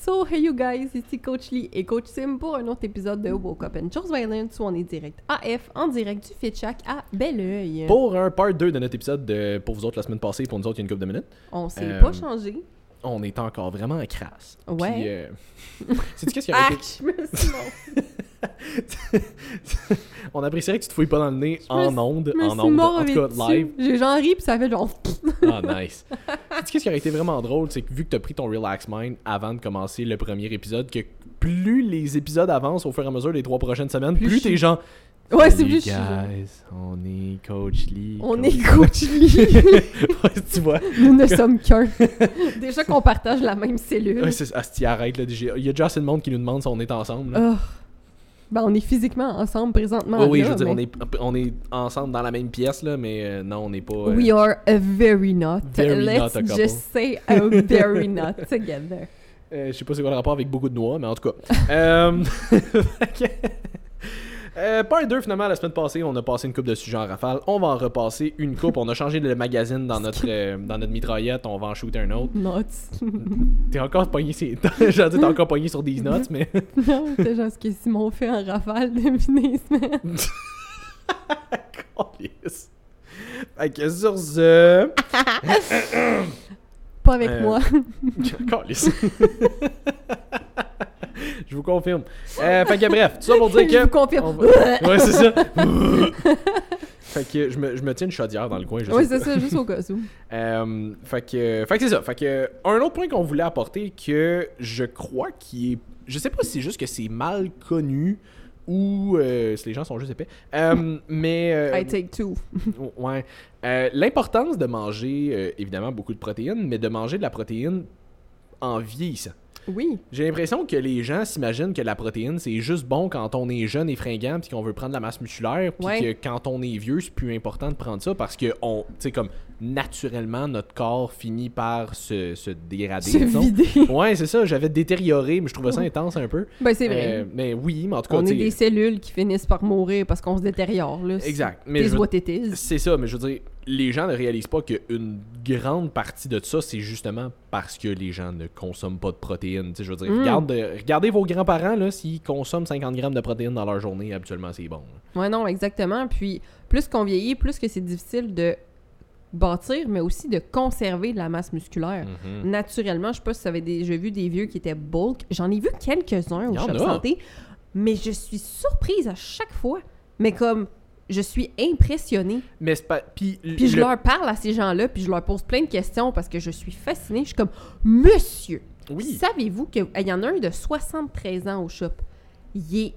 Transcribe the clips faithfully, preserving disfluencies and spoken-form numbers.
So, hey you guys, ici Coach Lee et Coach Sim pour un autre épisode de Woke Up and Chose Violence où on est direct A F, en direct du Fitchac à Belleuil. Pour un part deux de notre épisode de, pour vous autres la semaine passée, pour nous autres il y a une couple de minutes. On s'est Euh, pas changé. On est encore vraiment à crasse. Ouais. Puis, euh, sais-tu qu'est-ce qui aurait Ah, été... je me suis mort. On apprécierait que tu te fouilles pas dans le nez Je en me- onde, Je me en suis onde, mort en tout cas live. J'ai genre ri pis ça fait genre... Ah, nice. Sais-tu qu'est-ce qui aurait été vraiment drôle, c'est que vu que t'as pris ton relax mind avant de commencer le premier épisode, que plus les épisodes avancent au fur et à mesure des trois prochaines semaines, Plus plus, je- t'es genre... Ouais, c'est Salut, plus... je suis genre- guys, on est Coach Lee. On Coach- est Coach Lee. Ouais, tu vois. Nous ne sommes qu'un. Déjà qu'on partage la même cellule. Ouais, c'est asti, arrête, là. j'ai- Il y a déjà assez de monde qui nous demande si on est ensemble. Là. Oh. Ben, on est physiquement ensemble présentement. oui, oui, là, je veux dire, mais- on est, on est ensemble dans la même pièce, là, mais euh, non, on n'est pas... euh, We are a very not. Very Let's not a couple. just say a very not together. euh, je sais pas c'est quoi le rapport avec beaucoup de noix, mais en tout cas. euh, fait que- Euh, part deux, finalement, la semaine passée, on a passé une coupe de sujets en rafale. On va en repasser une coupe. On a changé le magazine dans notre, euh, dans notre mitraillette. On va en shooter un autre. Nuts. T'es encore pogné, c'est... J'allais dire, t'es encore pogné sur des notes, mais... Non, c'est genre ce que Simon fait en rafale depuis des semaines. Câlisse. Fait que sur ce... Pas avec Euh, moi. Câlisse. Je vous confirme. Euh, fait que bref, tout ça pour dire que... Je vous confirme. on va- Ouais, c'est ça. Fait que je me, je me tiens une chaudière dans le coin. Je Oui, sais c'est ça, juste au cas où. Euh, fait que, fait que c'est ça. Fait que un autre point qu'on voulait apporter que je crois qui est, je sais pas si c'est juste que c'est mal connu ou euh, si les gens sont juste épais. Euh, mais euh, I take two. ouais, Euh, l'importance de manger euh, évidemment beaucoup de protéines, mais de manger de la protéine en vieillissant. Oui. J'ai l'impression que les gens s'imaginent que la protéine, c'est juste bon quand on est jeune et fringant puis qu'on veut prendre de la masse musculaire, puis Ouais. que quand on est vieux, c'est plus important de prendre ça parce que, on, tu sais, comme naturellement, notre corps finit par se, se dégrader. Se disons. vider. Ouais, c'est ça, j'avais détérioré, mais je trouvais ça intense un peu. Ben, c'est vrai. Euh, mais oui, mais en tout cas, On tu est sais, des cellules qui finissent par mourir parce qu'on se détériore, là. exact. Mais Tis je veux- what it is. c'est ça, mais je veux dire, les gens ne réalisent pas qu'une grande partie de ça, c'est justement parce que les gens ne consomment pas de protéines. Tu sais, je veux dire, Mm. regarde, euh, regardez vos grands-parents, là, s'ils consomment cinquante grammes de protéines dans leur journée, habituellement, c'est bon. là. Ouais, non, exactement. Puis, plus qu'on vieillit, plus que c'est difficile de bâtir, mais aussi de conserver de la masse musculaire. Mhm. Naturellement, je sais pas si vous avez déjà vu des vieux qui étaient bulk. J'en ai vu quelques-uns au Y en Shop a. Santé, mais je suis surprise à chaque fois. Mais comme, je suis impressionnée. Mais c'est pas... Puis, Puis je le- leur parle à ces gens-là, puis je leur pose plein de questions parce que je suis fascinée. Je suis comme, monsieur, Oui. savez-vous qu'il y en a un de soixante-treize ans au shop? Il est,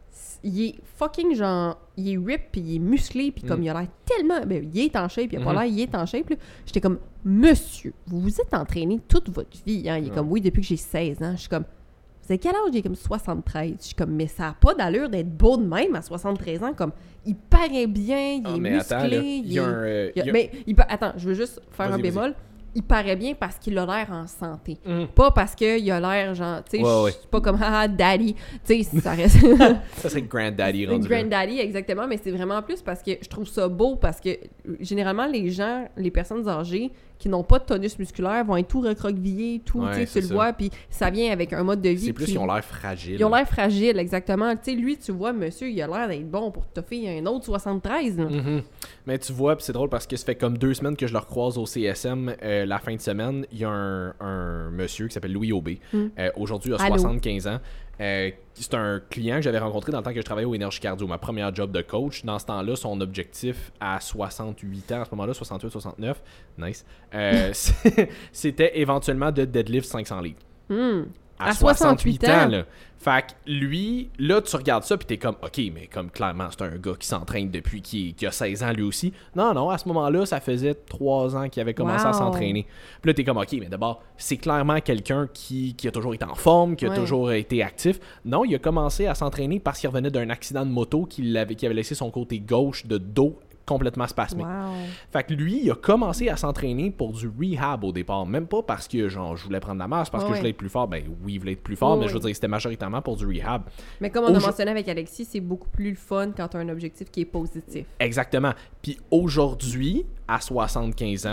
il est fucking genre, il est rip, puis il est musclé, puis comme Mm. il a l'air tellement... Ben, il est en shape, il a pas Mhm. l'air, il est en shape. là. J'étais comme, monsieur, vous vous êtes entraîné toute votre vie. Hein? Il est Ouais. comme, oui, depuis que j'ai seize ans. Je suis comme, vous avez quel âge? J'ai comme soixante-treize. Je suis comme, mais ça n'a pas d'allure d'être beau de même à soixante-treize ans. Comme, il paraît bien, il Ah, est mais musclé. attends, là, il il y a est- un... euh, il y a- il y a- Mais il pa- attends, je veux juste faire un Vas-y, vas-y. bémol. Il paraît bien parce qu'il a l'air en santé. Mhm. Pas parce qu'il a l'air genre, tu sais, Ouais, ouais. c'est pas comme haha daddy, tu sais, ça reste Ça serait granddaddy une rendu là. granddaddy exactement, mais c'est vraiment plus parce que je trouve ça beau parce que euh, généralement les gens, les personnes âgées qui n'ont pas de tonus musculaire vont être tout recroquevillés, tout, Ouais, tu sais, c'est tu le ça. vois, puis ça vient avec un mode de vie C'est plus qui- qu'ils ont l'air fragiles. ils ont l'air fragiles, exactement. Tu sais, lui, tu vois, monsieur, il a l'air d'être bon pour te faire un autre soixante-treize. là. Mhm. Mais tu vois, pis c'est drôle parce que ça fait comme deux semaines que je le recroise au C S M euh, la fin de semaine. Il y a un, un monsieur qui s'appelle Louis Aubé. Mm. Euh, aujourd'hui, il a Allô. soixante-quinze ans. Euh, c'est un client que j'avais rencontré dans le temps que je travaillais au Énergie Cardio, ma première job de coach. Dans ce temps-là, son objectif à soixante-huit ans, à ce moment-là, soixante-huit soixante-neuf, nice, euh, c'était éventuellement de deadlift cinq cents livres. Hmm. À, À soixante-huit, soixante-huit ans, ans. là. Fait que lui, là, tu regardes ça, puis t'es comme, OK, mais comme clairement, c'est un gars qui s'entraîne depuis qu'il qu'il a seize ans lui aussi. Non, non, à ce moment-là, ça faisait trois ans qu'il avait commencé à Wow. s'entraîner. Puis là, t'es comme, OK, mais d'abord, c'est clairement quelqu'un qui, qui a toujours été en forme, qui a Ouais. toujours été actif. Non, il a commencé à s'entraîner parce qu'il revenait d'un accident de moto qui, l'avait, qui avait laissé son côté gauche de dos complètement spasmé. Wow. Fait que lui, il a commencé à s'entraîner pour du rehab au départ. Même pas parce que genre je voulais prendre la masse, parce Ouais, que ouais. je voulais être plus fort. Ben oui, il voulait être plus fort, Ouais, mais je veux ouais. dire, c'était majoritairement pour du rehab. Mais comme on a Aujourd- mentionné avec Alexis, c'est beaucoup plus le fun quand tu as un objectif qui est positif. Exactement. Puis aujourd'hui, à soixante-quinze ans,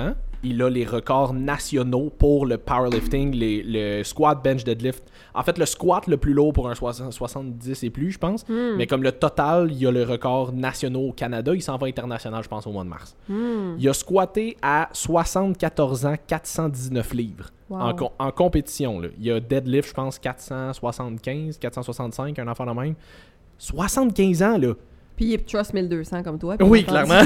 il a les records nationaux pour le powerlifting, les, le squat, bench, deadlift. En fait, le squat le plus lourd pour un soixante-dix et plus, je pense. Mm. Mais comme le total, il a le record national au Canada. Il s'en va international, je pense, au mois de mars. Mm. Il a squatté à soixante-quatorze ans, quatre cent dix-neuf livres. Wow. En, co- en compétition. Là. Il y a deadlift, je pense, quatre cent soixante-quinze, quatre cent soixante-cinq, un enfant de même. soixante-quinze ans, là. Puis il est trust mille deux cents comme toi. Oui, clairement.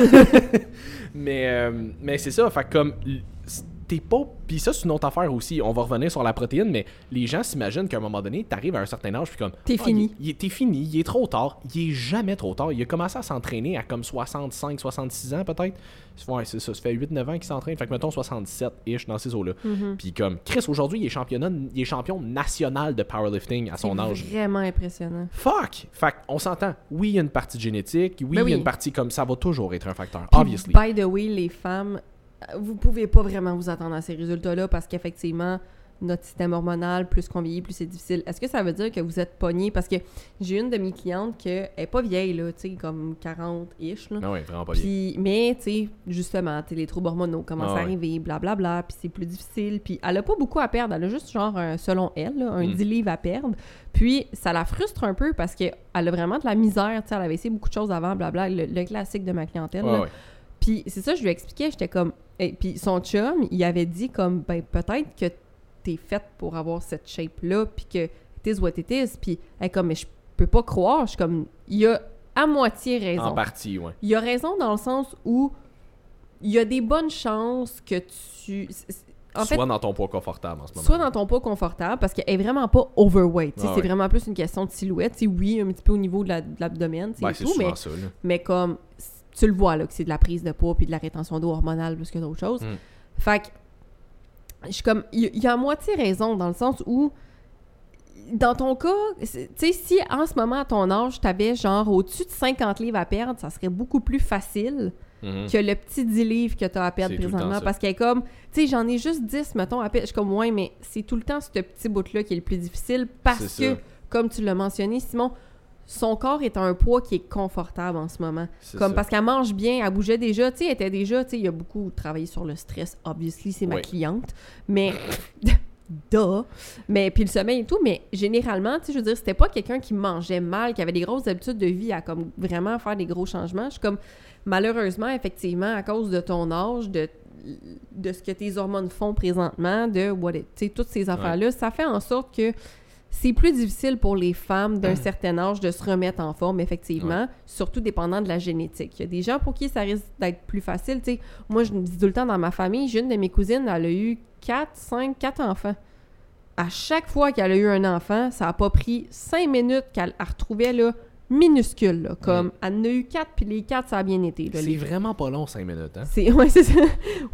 mais, euh, mais c'est ça, fait comme t'es pas... Puis ça, c'est une autre affaire aussi. On va revenir sur la protéine, mais les gens s'imaginent qu'à un moment donné, t'arrives à un certain âge, puis comme... T'es oh, fini. Il, il, t'es fini, il est trop tard. Il est jamais trop tard. Il a commencé à s'entraîner à comme soixante-cinq, soixante-six ans, peut-être. Ouais, c'est ça. Ça fait huit neuf ans qu'il s'entraîne. Fait que mettons soixante-sept-ish dans ces eaux-là. Mm-hmm. Puis comme, Chris, aujourd'hui, il est, championnat, il est champion national de powerlifting à son c'est âge. C'est vraiment impressionnant. Fuck! Fait qu'on s'entend. Oui, il y a une partie génétique. Oui, ben il y a oui. une partie comme ça va toujours être un facteur. Puis, obviously. By the way, les femmes... Vous pouvez pas vraiment vous attendre à ces résultats-là parce qu'effectivement, notre système hormonal, plus qu'on vieillit, plus c'est difficile. Est-ce que ça veut dire que vous êtes pogné? Parce que j'ai une de mes clientes qui est pas vieille, là, tu sais, comme quarante-ish. Là. Non, oui, vraiment pas vieille. Mais, tu sais, justement, les troubles hormonaux commencent ah, à arriver, blablabla, bla, bla, puis c'est plus difficile. Puis elle a pas beaucoup à perdre. Elle a juste, genre, un, selon elle, là, un mm. dix livres à perdre. Puis ça la frustre un peu parce qu'elle a vraiment de la misère. Tu sais, elle avait essayé beaucoup de choses avant, blablabla, le, le classique de ma clientèle. Ah, là. ouais. Puis c'est ça, je lui expliquais, j'étais comme... Et puis son chum, il avait dit comme, ben peut-être que t'es faite pour avoir cette shape-là, puis que it is what it is. Puis elle est comme, mais je peux pas croire. Je suis comme, il a à moitié raison. En partie, ouais. Il a raison dans le sens où il y a des bonnes chances que tu... En soit fait, dans ton poids confortable en ce moment. Soit dans ton poids confortable, parce qu'elle est vraiment pas overweight. Ah, c'est ouais. vraiment plus une question de silhouette. T'sais, oui, un petit peu au niveau de, la, de l'abdomen, ben, et c'est tout, mais, ça, là. mais comme... Tu le vois, là, que c'est de la prise de poids puis de la rétention d'eau hormonale plus que d'autres choses. Mm. Fait que, je suis comme, il y, y a à moitié raison dans le sens où, dans ton cas, tu sais, si en ce moment, à ton âge, t'avais genre au-dessus de cinquante livres à perdre, ça serait beaucoup plus facile mm-hmm. que le petit dix livres que t'as à perdre c'est présentement. Parce qu'elle est comme, tu sais, j'en ai juste dix, mettons, à perdre. Je suis comme, ouais, mais c'est tout le temps ce petit bout-là qui est le plus difficile parce c'est que, ça. Comme tu l'as mentionné, Simon, son corps est à un poids qui est confortable en ce moment. C'est comme ça. Parce qu'elle mange bien, elle bougeait déjà, tu sais, elle était déjà, tu sais, il y a beaucoup travaillé sur le stress, obviously, c'est oui. ma cliente, mais, duh, mais, puis le sommeil et tout, mais généralement, tu sais, je veux dire, c'était pas quelqu'un qui mangeait mal, qui avait des grosses habitudes de vie à, comme, vraiment faire des gros changements. Je suis comme, malheureusement, effectivement, à cause de ton âge, de de ce que tes hormones font présentement, de, what it, tu sais, toutes ces affaires-là, ouais. ça fait en sorte que c'est plus difficile pour les femmes d'un certain âge de se remettre en forme, effectivement, ouais. surtout dépendant de la génétique. Il y a des gens pour qui ça risque d'être plus facile. Tu sais, moi, je me dis tout le temps dans ma famille, j'ai une de mes cousines, elle a eu quatre, cinq, quatre enfants. À chaque fois qu'elle a eu un enfant, ça n'a pas pris cinq minutes qu'elle la retrouvait là, minuscule. Là, comme mmh. elle en a eu quatre, puis les quatre, ça a bien été. Là, c'est les... vraiment pas long, cinq minutes. Hein? C'est... Ouais, c'est ça.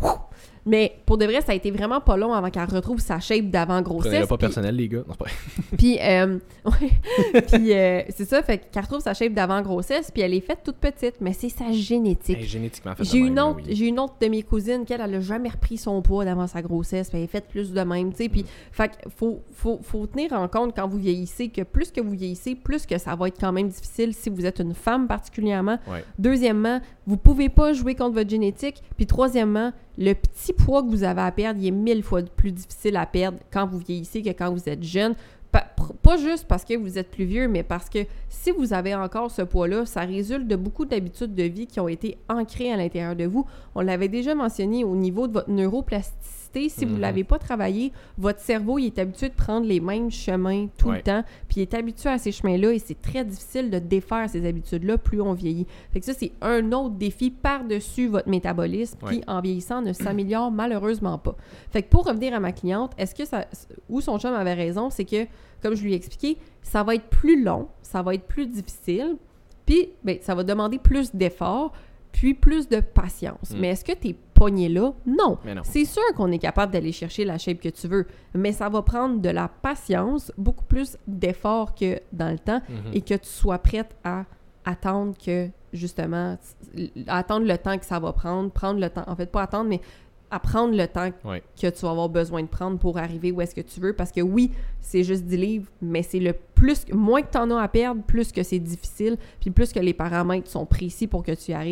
Mais pour de vrai, ça a été vraiment pas long avant qu'elle retrouve sa shape d'avant-grossesse. Prenez-le pas pis... personnel, les gars. Non, c'est pas Puis, euh, ouais. Puis, euh, c'est ça, fait qu'elle retrouve sa shape d'avant-grossesse, puis elle est faite toute petite, mais c'est sa génétique. Elle est génétiquement faite j'ai de une même, autre, oui. J'ai une autre de mes cousines qui, elle, elle a jamais repris son poids d'avant sa grossesse, puis elle est faite plus de même, tu sais. Puis, mm. fait qu'il faut, faut, faut tenir en compte quand vous vieillissez que plus que vous vieillissez, plus que ça va être quand même difficile si vous êtes une femme particulièrement. Ouais. Deuxièmement, vous pouvez pas jouer contre votre génétique. Puis troisièmement, le petit poids que vous avez à perdre, il est mille fois plus difficile à perdre quand vous vieillissez que quand vous êtes jeune. Pas, pas juste parce que vous êtes plus vieux, mais parce que si vous avez encore ce poids-là, ça résulte de beaucoup d'habitudes de vie qui ont été ancrées à l'intérieur de vous. On l'avait déjà mentionné au niveau de votre neuroplasticité. Si mm-hmm. vous ne l'avez pas travaillé, votre cerveau il est habitué de prendre les mêmes chemins tout ouais. le temps, puis il est habitué à ces chemins-là et c'est très difficile de défaire ces habitudes-là plus on vieillit. Fait que ça, c'est un autre défi par-dessus votre métabolisme qui, ouais. en vieillissant, ne s'améliore malheureusement pas. Fait que pour revenir à ma cliente, est-ce que ça... Où son chum avait raison, c'est que, comme je lui ai expliqué, ça va être plus long, ça va être plus difficile, puis ben, ça va demander plus d'efforts, puis plus de patience. Mm. Mais est-ce que tu es pogné là? Non. non. C'est sûr qu'on est capable d'aller chercher la shape que tu veux, mais ça va prendre de la patience, beaucoup plus d'efforts que dans le temps, mm-hmm. et que tu sois prête à attendre que, justement, attendre le temps que ça va prendre, prendre le temps, en fait, pas attendre, mais à prendre le temps ouais. que tu vas avoir besoin de prendre pour arriver où est-ce que tu veux, parce que oui, c'est juste dix livres, mais c'est le plus, moins que tu en as à perdre, plus que c'est difficile, puis plus que les paramètres sont précis pour que tu y arrives,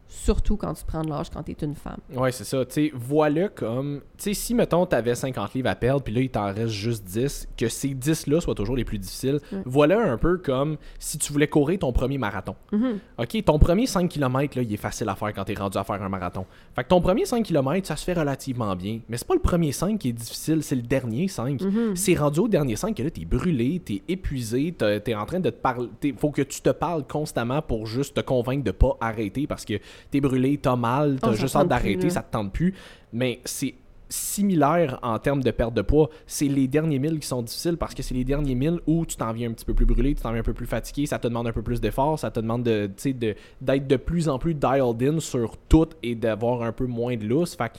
surtout quand tu prends de l'âge, quand t'es une femme. Ouais, c'est ça. Tu sais, vois-le comme... Tu sais, si, mettons, t'avais cinquante livres à perdre, puis là, il t'en reste juste dix, que ces dix-là soient toujours les plus difficiles, ouais. Voilà un peu comme si tu voulais courir ton premier marathon. Mm-hmm. OK, ton premier cinq kilomètres, là, il est facile à faire quand t'es rendu à faire un marathon. Fait que ton premier cinq kilomètres, ça se fait relativement bien. Mais c'est pas le premier cinq qui est difficile, c'est le dernier cinq. Mm-hmm. C'est rendu au dernier cinq que là, t'es brûlé, t'es épuisé, t'es, t'es en train de te parler... Faut que tu te parles constamment pour juste te convaincre de pas arrêter parce que t'es brûlé, t'as mal, t'as oh, juste hâte d'arrêter, plus, ça te tente plus. Mais c'est similaire en termes de perte de poids. C'est les derniers milles qui sont difficiles parce que c'est les derniers milles où tu t'en viens un petit peu plus brûlé, tu t'en viens un peu plus fatigué, ça te demande un peu plus d'effort, ça te demande de, de, d'être de plus en plus dialed in sur tout et d'avoir un peu moins de lousse. Fait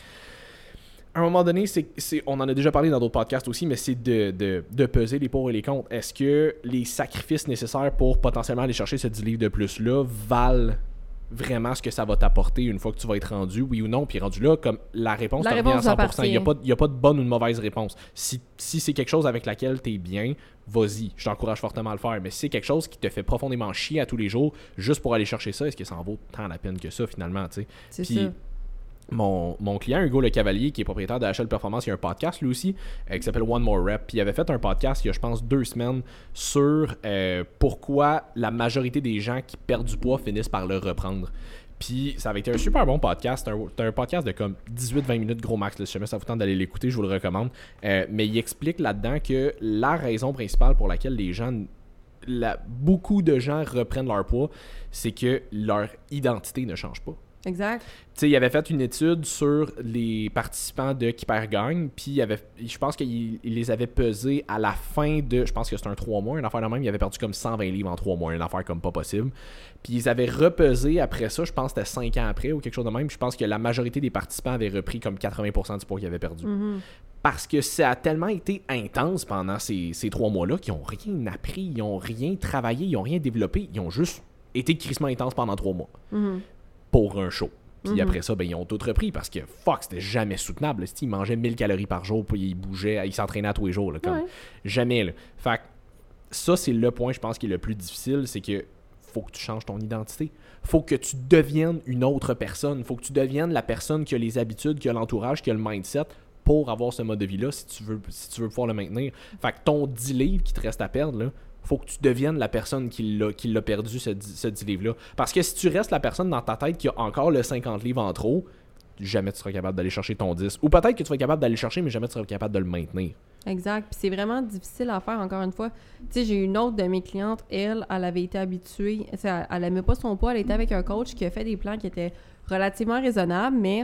à un moment donné, c'est, c'est, on en a déjà parlé dans d'autres podcasts aussi, mais c'est de, de, de peser les pour et les contre. Est-ce que les sacrifices nécessaires pour potentiellement aller chercher ce dix livres de plus-là valent vraiment ce que ça va t'apporter une fois que tu vas être rendu, oui ou non, puis rendu là, comme la réponse la te réponse revient à cent pour cent. Il n'y a, a pas de bonne ou de mauvaise réponse. Si, si c'est quelque chose avec laquelle tu es bien, vas-y, je t'encourage fortement à le faire. Mais si c'est quelque chose qui te fait profondément chier à tous les jours, juste pour aller chercher ça, est-ce que ça en vaut tant la peine que ça, finalement, tu sais? C'est puis, ça. Mon, mon client, Hugo Le Cavalier, qui est propriétaire de H L Performance, il y a un podcast lui aussi, euh, qui s'appelle One More Rep. Puis il avait fait un podcast il y a, je pense, deux semaines sur euh, pourquoi la majorité des gens qui perdent du poids finissent par le reprendre. Puis ça avait été un super bon podcast. C'est un, c'est un podcast de comme dix-huit à vingt minutes gros max. Là. Si jamais ça vous tente d'aller l'écouter, je vous le recommande. Euh, mais il explique là-dedans que la raison principale pour laquelle les gens... La, beaucoup de gens reprennent leur poids, c'est que leur identité ne change pas. Exact. Tu sais, il avait fait une étude sur les participants de Qui perd gagne, puis il avait, je pense qu'il il les avait pesés à la fin de, je pense que c'était un trois mois, une affaire de même, il avait perdu comme cent vingt livres en trois mois, une affaire comme pas possible. Puis ils avaient repesé après ça, je pense que c'était cinq ans après ou quelque chose de même, puis je pense que la majorité des participants avaient repris comme quatre-vingts pour cent du poids qu'ils avaient perdu. Mm-hmm. Parce que ça a tellement été intense pendant ces, ces trois mois-là qu'ils n'ont rien appris, ils n'ont rien travaillé, ils n'ont rien développé, ils ont juste été crissement intenses pendant trois mois. Mm-hmm. Pour un show. Puis mm-hmm. après ça, ben, ils ont tout repris parce que fuck, c'était jamais soutenable. Ils mangeaient mille calories par jour, puis ils bougeaient, ils s'entraînaient à tous les jours. Là, comme ouais. Jamais. Là. Fait que ça, c'est le point, je pense, qui est le plus difficile, c'est que faut que tu changes ton identité. Faut que tu deviennes une autre personne. Faut que tu deviennes la personne qui a les habitudes, qui a l'entourage, qui a le mindset pour avoir ce mode de vie-là si tu veux, si tu veux pouvoir le maintenir. Fait que ton dix livres qui te reste à perdre, là, faut que tu deviennes la personne qui l'a, qui l'a perdu, ce, ce dix livres-là. Parce que si tu restes la personne dans ta tête qui a encore le cinquante livres en trop, jamais tu seras capable d'aller chercher ton dix. Ou peut-être que tu seras capable d'aller le chercher, mais jamais tu seras capable de le maintenir. Exact. Puis c'est vraiment difficile à faire, encore une fois. Tu sais, j'ai une autre de mes clientes, elle, elle avait été habituée, elle, elle aimait pas son poids, elle était avec un coach qui a fait des plans qui étaient relativement raisonnables, mais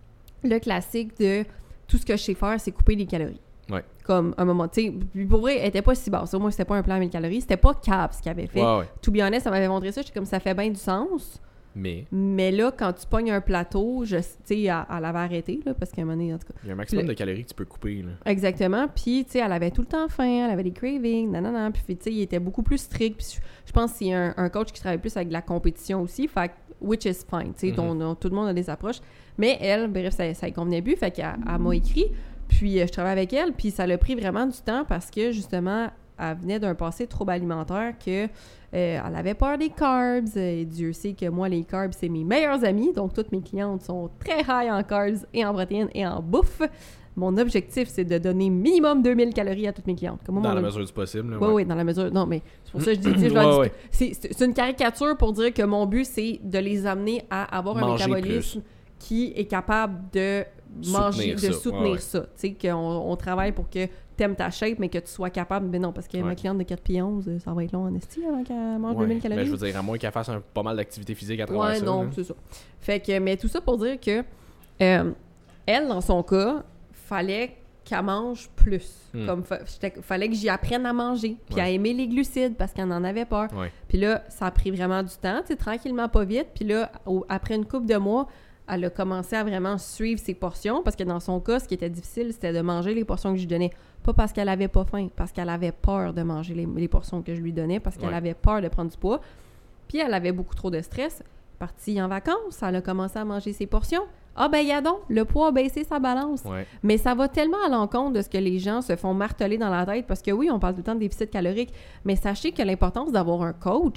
le classique de tout ce que je sais faire, c'est couper les calories. Ouais. Comme un moment, tu sais, pour vrai, elle était pas si basse. Au moins, c'était pas un plan à mille calories. C'était pas Cap ce qu'elle avait fait. Ouais, ouais. To be honest, ça m'avait montré ça. J'étais comme, ça fait bien du sens. Mais. Mais là, quand tu pognes un plateau, je, tu sais, elle, elle avait arrêté, là, parce qu'à un moment donné, en tout cas. Il y a un maximum le... de calories que tu peux couper, là. Exactement. Puis, tu sais, elle avait tout le temps faim, elle avait des cravings, nanana. Puis, tu sais, il était beaucoup plus strict. Puis, je, je pense que c'est un, un coach qui travaille plus avec de la compétition aussi. Fait which is fine. Tu sais, mm-hmm. tout le monde a des approches. Mais elle, bref, ça, ça lui convenait plus. Fait qu'elle elle m'a écrit. Puis, euh, je travaille avec elle, puis ça l'a pris vraiment du temps parce que, justement, elle venait d'un passé de trouble alimentaire que euh, elle avait peur des carbs. Et Dieu sait que moi, les carbs, c'est mes meilleurs amis. Donc, toutes mes clientes sont très high en carbs et en protéines et en bouffe. Mon objectif, c'est de donner minimum deux mille calories à toutes mes clientes. Comme dans la mesure du possible. Oui, ouais. oui, dans la mesure... Non, mais c'est pour ça que je dis... je leur ouais, dis ouais. c'est, c'est une caricature pour dire que mon but, c'est de les amener à avoir Manger un métabolisme plus. Qui est capable de manger, soutenir de ça. soutenir ouais, ouais. ça. Tu sais, qu'on on travaille pour que t'aimes ta shape, mais que tu sois capable... Mais non, parce que ouais. ma cliente de quatre pieds onze, ça va être long en esti avant qu'elle mange ouais. deux mille calories. Mais je veux dire, à moins qu'elle fasse un, pas mal d'activité physique à travers ouais, ça. non, là. c'est ça. Fait que, mais tout ça pour dire que euh, elle, dans son cas, fallait qu'elle mange plus. Hmm. Comme fa- fallait que j'y apprenne à manger, puis ouais. à aimer les glucides parce qu'elle en avait peur. Ouais. Puis là, ça a pris vraiment du temps, tu sais, tranquillement, pas vite. Puis là, au, après une couple de mois, elle a commencé à vraiment suivre ses portions parce que dans son cas, ce qui était difficile, c'était de manger les portions que je lui donnais. Pas parce qu'elle avait pas faim, parce qu'elle avait peur de manger les, les portions que je lui donnais, parce qu'elle ouais. avait peur de prendre du poids. Puis elle avait beaucoup trop de stress. Partie en vacances, elle a commencé à manger ses portions. Ah ben yadon, le poids a baissé sa balance. Ouais. Mais ça va tellement à l'encontre de ce que les gens se font marteler dans la tête parce que oui, on parle tout le temps de déficit calorique, mais sachez que l'importance d'avoir un coach,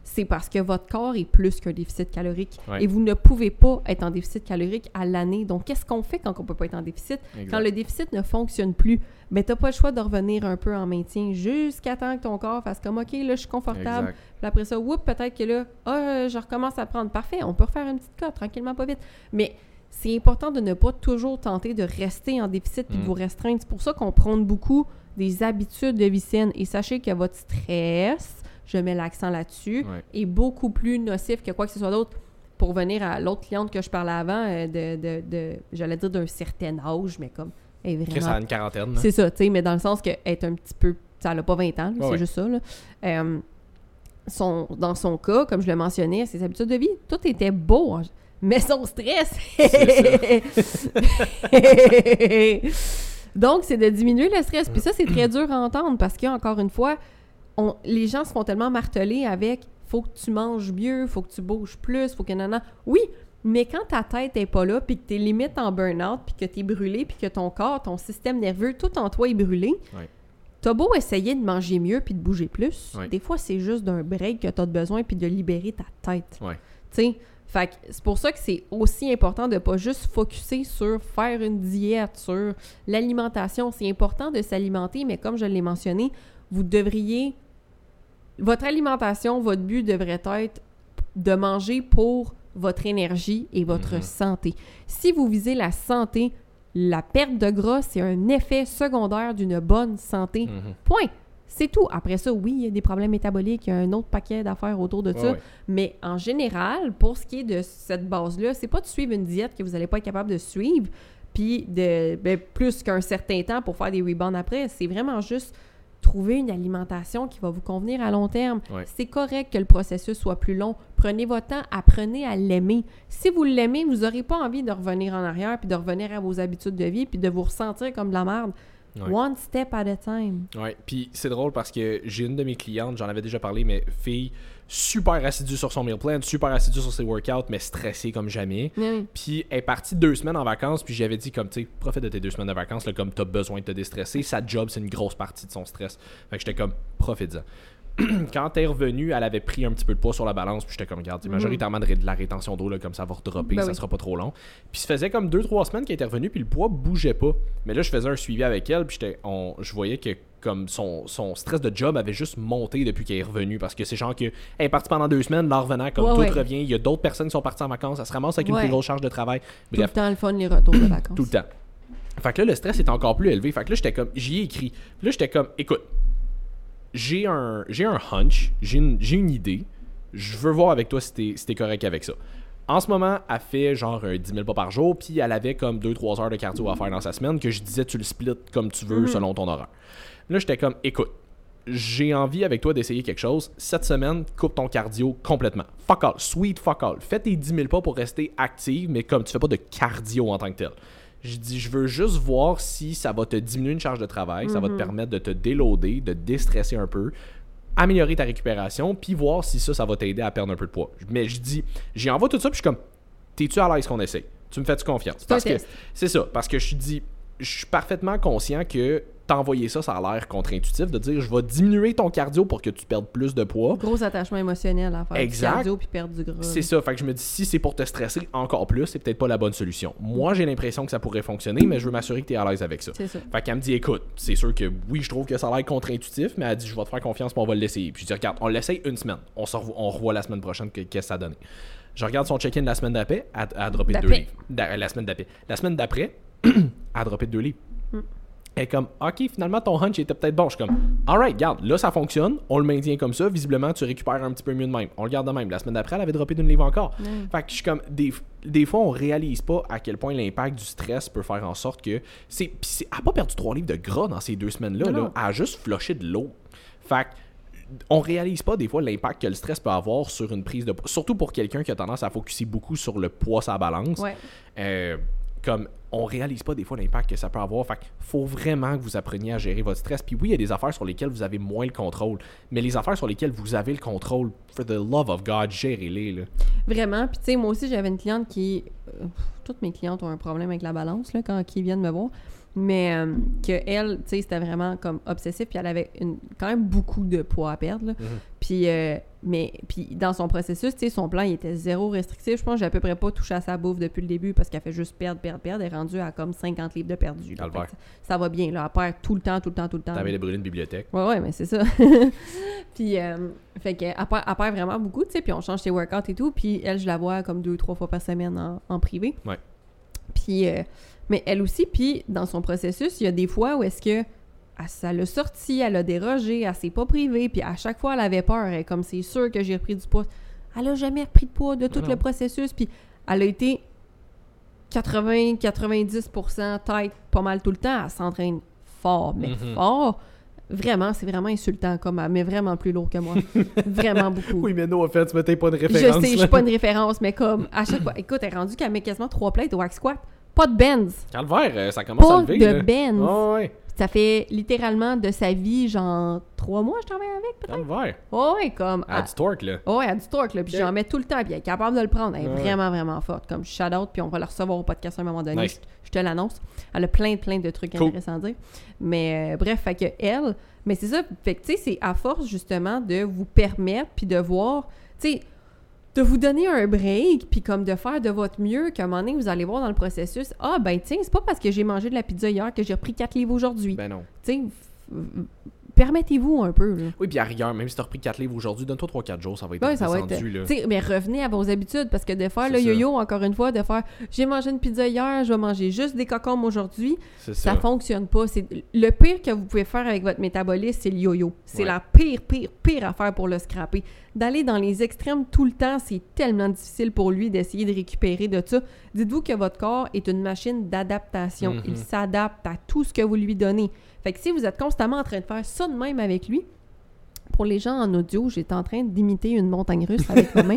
c'est parce que votre corps est plus qu'un déficit calorique. Ouais. Et vous ne pouvez pas être en déficit calorique à l'année. Donc, qu'est-ce qu'on fait quand on ne peut pas être en déficit? Exact. Quand le déficit ne fonctionne plus, ben, tu n'as pas le choix de revenir un peu en maintien jusqu'à temps que ton corps fasse comme « OK, là, je suis confortable. » Exact. Puis après ça, whoop, peut-être que là, « Ah, je recommence à prendre. » Parfait, on peut refaire une petite cote, tranquillement, pas vite. Mais c'est important de ne pas toujours tenter de rester en déficit puis Mm. de vous restreindre. C'est pour ça qu'on prône beaucoup des habitudes de vie saine. Et sachez que votre stress, je mets l'accent là-dessus, Ouais. est beaucoup plus nocif que quoi que ce soit d'autre. Pour venir à l'autre cliente que je parlais avant, euh, de, de, de j'allais dire d'un certain âge, mais comme, elle est Chris, vraiment... a une quarantaine. là. C'est ça, tu sais, mais dans le sens qu'elle est un petit peu... Ça n'a pas vingt ans, là, Ouais, c'est ouais. juste juste ça, là. Euh, son, dans son cas, comme je le mentionnais, ses habitudes de vie, tout était beau, hein, mais son stress... Donc, c'est de diminuer le stress. Puis ça, c'est très dur à entendre parce qu'encore une fois, on, les gens se font tellement marteler avec « faut que tu manges mieux, faut que tu bouges plus, faut que nanana ». Oui, mais quand ta tête n'est pas là, puis que tu es limite en burn-out, puis que tu es brûlé, puis que ton corps, ton système nerveux, tout en toi est brûlé, Ouais. t'as beau essayer de manger mieux puis de bouger plus, Ouais. des fois, c'est juste d'un break que t'as besoin puis de libérer ta tête. Ouais. Tu sais, fait que c'est pour ça que c'est aussi important de pas juste focusser sur faire une diète, sur l'alimentation. C'est important de s'alimenter, mais comme je l'ai mentionné, vous devriez... Votre alimentation, votre but devrait être de manger pour votre énergie et votre Mhm. santé. Si vous visez la santé, la perte de gras, c'est un effet secondaire d'une bonne santé. Mhm. Point. C'est tout. Après ça, oui, il y a des problèmes métaboliques, il y a un autre paquet d'affaires autour de Ouais, ça. ouais. Mais en général, pour ce qui est de cette base-là, c'est pas de suivre une diète que vous n'allez pas être capable de suivre, puis de ben, plus qu'un certain temps pour faire des rebounds après. C'est vraiment juste trouver une alimentation qui va vous convenir à long terme. Ouais. C'est correct que le processus soit plus long. Prenez votre temps, apprenez à l'aimer. Si vous l'aimez, vous n'aurez pas envie de revenir en arrière, puis de revenir à vos habitudes de vie, puis de vous ressentir comme de la merde. Ouais. One step at a time. Ouais, puis c'est drôle parce que j'ai une de mes clientes, j'en avais déjà parlé, mais fille super assidue sur son meal plan, super assidue sur ses workouts, mais stressée comme jamais. Oui. Puis elle est partie deux semaines en vacances, puis j'avais dit comme, tu sais, profite de tes deux semaines de vacances, là, comme t'as besoin de te déstresser. Sa job, c'est une grosse partie de son stress. Fait que j'étais comme, profite-en. Quand elle est revenue, elle avait pris un petit peu de poids sur la balance, puis j'étais comme, regarde, c'est majoritairement de, ré- de la rétention d'eau, là, comme ça va redropper, Ben ça oui. sera pas trop long. Puis ça faisait comme deux trois semaines qu'elle était revenue, puis le poids bougeait pas. Mais là, je faisais un suivi avec elle, puis j'étais, on, je voyais que comme son, son stress de job avait juste monté depuis qu'elle est revenue, parce que c'est genre que elle est partie pendant deux semaines, là, en revenant, comme Ouais, tout ouais. revient, il y a d'autres personnes qui sont parties en vacances, elle se ramasse avec une Ouais. plus grosse charge de travail. Tout Bref, le temps le fun, les retours de vacances. tout le temps. Fait que là, le stress est encore plus élevé. Fait que là, j'étais comme, j'y ai écrit. Puis là, j'étais comme, écoute, j'ai un, j'ai un hunch, j'ai une, j'ai une idée. Je veux voir avec toi si t'es, si t'es correct avec ça. En ce moment, elle fait genre euh, dix mille pas par jour, puis elle avait comme deux trois heures de cardio à faire dans sa semaine, que je disais, tu le splits comme tu veux, Mhm. selon ton horaire. Là, j'étais comme, écoute, j'ai envie avec toi d'essayer quelque chose. Cette semaine, coupe ton cardio complètement. Fuck all, sweet fuck all. Fais tes dix mille pas pour rester active, mais comme tu fais pas de cardio en tant que tel. Je dis, je veux juste voir si ça va te diminuer une charge de travail, ça va te permettre de te déloader, de déstresser un peu, améliorer ta récupération, puis voir si ça, ça va t'aider à perdre un peu de poids. Mais je dis, j'y envoie tout ça, puis je suis comme, t'es-tu à l'aise qu'on essaye? Tu me fais-tu confiance? Parce un que test. c'est ça, parce que je dis, je suis parfaitement conscient que t'envoyer ça, ça a l'air contre-intuitif de dire, je vais diminuer ton cardio pour que tu perdes plus de poids. Gros attachement émotionnel à faire Exact. du cardio puis perdre du gras. C'est ça, fait que je me dis, si c'est pour te stresser encore plus, c'est peut-être pas la bonne solution. Moi, j'ai l'impression que ça pourrait fonctionner, mais je veux m'assurer que t'es à l'aise avec ça. C'est ça. Fait qu'elle me dit, écoute, c'est sûr que oui, je trouve que ça a l'air contre-intuitif, mais elle dit, je vais te faire confiance, mais on va l'essayer. Puis je dis, regarde, on l'essaye une semaine. On, se revoit, on revoit la semaine prochaine que- qu'est-ce que ça a donné. Je regarde son check-in la semaine d'après, elle elle a droppé de deux D'après. livres. Da- la semaine d'après. La semaine d'après, elle a droppé de deux livres. Elle est comme, ok, finalement, ton hunch était peut-être bon. Je suis comme, alright, regarde, là, ça fonctionne. On le maintient comme ça. Visiblement, tu récupères un petit peu mieux de même. On le garde de même. La semaine d'après, elle avait droppé d'une livre encore. Ouais. Fait que je suis comme, des, des fois, on réalise pas à quel point l'impact du stress peut faire en sorte que. c'est Puis c'est- elle a pas perdu trois livres de gras dans ces deux semaines-là. Non, Là. non. Elle a juste flushé de l'eau. Fait que on réalise pas des fois l'impact que le stress peut avoir sur une prise de poids. Surtout pour quelqu'un qui a tendance à focuser beaucoup sur le poids sa balance. Ouais. Euh, comme on réalise pas des fois l'impact que ça peut avoir. Fait qu'il faut vraiment que vous appreniez à gérer votre stress. Puis oui, il y a des affaires sur lesquelles vous avez moins le contrôle. Mais les affaires sur lesquelles vous avez le contrôle, for the love of God, gérez-les. Là. Vraiment. Puis tu sais, moi aussi, j'avais une cliente qui... euh, toutes mes clientes ont un problème avec la balance là, quand ils viennent me voir. Mais euh, que elle, tu sais, c'était vraiment comme obsessif. Puis elle avait une, quand même beaucoup de poids à perdre. Là. Mhm. Puis euh, Mais puis dans son processus, tu sais, son plan, il était zéro restrictif. Je pense que j'ai à peu près pas touché à sa bouffe depuis le début parce qu'elle fait juste perdre, perdre, perdre. Elle est rendue à comme cinquante livres de perdu. Là. Ça, ça va bien, là. Elle perd tout le temps, tout le temps, tout le temps. T'avais brûlé une bibliothèque. Ouais, ouais, mais c'est ça. Puis, euh, fait qu'elle perd, elle perd vraiment beaucoup, tu sais. Puis on change ses workouts et tout. Puis elle, je la vois comme deux, trois fois par semaine en, en privé. Ouais. Puis, euh, mais elle aussi, puis dans son processus, il y a des fois où est-ce que elle, ça l'a sorti, elle a dérogé, elle s'est pas privée, puis à chaque fois, elle avait peur. Elle, comme c'est sûr que j'ai repris du poids. Elle a jamais repris de poids de tout non, le non. processus, puis elle a été quatre-vingts à quatre-vingt-dix pour cent tête pas mal tout le temps. Elle s'entraîne fort, mais mm-hmm. fort. Vraiment, c'est vraiment insultant, comme elle met vraiment plus lourd que moi. Vraiment beaucoup. Oui, mais no offense, mais t'es pas une référence. Je sais, je suis pas une référence, mais comme, à chaque fois, écoute, elle est rendue qu'elle met quasiment trois plates au hack squat. Pas de bends. Calvaire, ça commence pas à lever. Pas de là. bends. Oh, ouais. Ça fait littéralement de sa vie, genre, trois mois, je travaille avec, peut-être. Calvaire. Oh, ouais, comme... Elle a du torque, là. Oh, ouais, elle a du torque, là. Puis okay. j'en mets tout le temps, puis elle est capable de le prendre. Elle est ouais. vraiment, vraiment forte. Comme shout-out, puis on va la recevoir au podcast à un moment donné. Nice. Je, je te l'annonce. Elle a plein, plein de trucs cool. intéressants à dire. Mais euh, bref, fait que elle... Mais c'est ça, fait que, tu sais, c'est à force, justement, de vous permettre, puis de voir... Tu sais... de vous donner un break, puis comme de faire de votre mieux, qu'à un moment donné, vous allez voir dans le processus, ah, ben tiens, c'est pas parce que j'ai mangé de la pizza hier que j'ai repris quatre livres aujourd'hui. Ben non. Tu sais, f- permettez-vous un peu, là. Oui, puis à rigueur, même si t'as repris quatre livres aujourd'hui, donne-toi trois quatre jours, ça va être ouais, ça va être, là. Tu sais, mais revenez à vos habitudes, parce que de faire le yo-yo, encore une fois, de faire, j'ai mangé une pizza hier, je vais manger juste des cocombes aujourd'hui, c'est ça. ça fonctionne pas. C'est le pire que vous pouvez faire avec votre métabolisme, c'est le yo-yo. C'est ouais. la pire, pire, pire affaire pour le scraper. D'aller dans les extrêmes tout le temps, c'est tellement difficile pour lui d'essayer de récupérer de ça. Dites-vous que votre corps est une machine d'adaptation. Mm-hmm. Il s'adapte à tout ce que vous lui donnez. Fait que si vous êtes constamment en train de faire ça de même avec lui, pour les gens en audio, j'étais en train d'imiter une montagne russe avec ma main.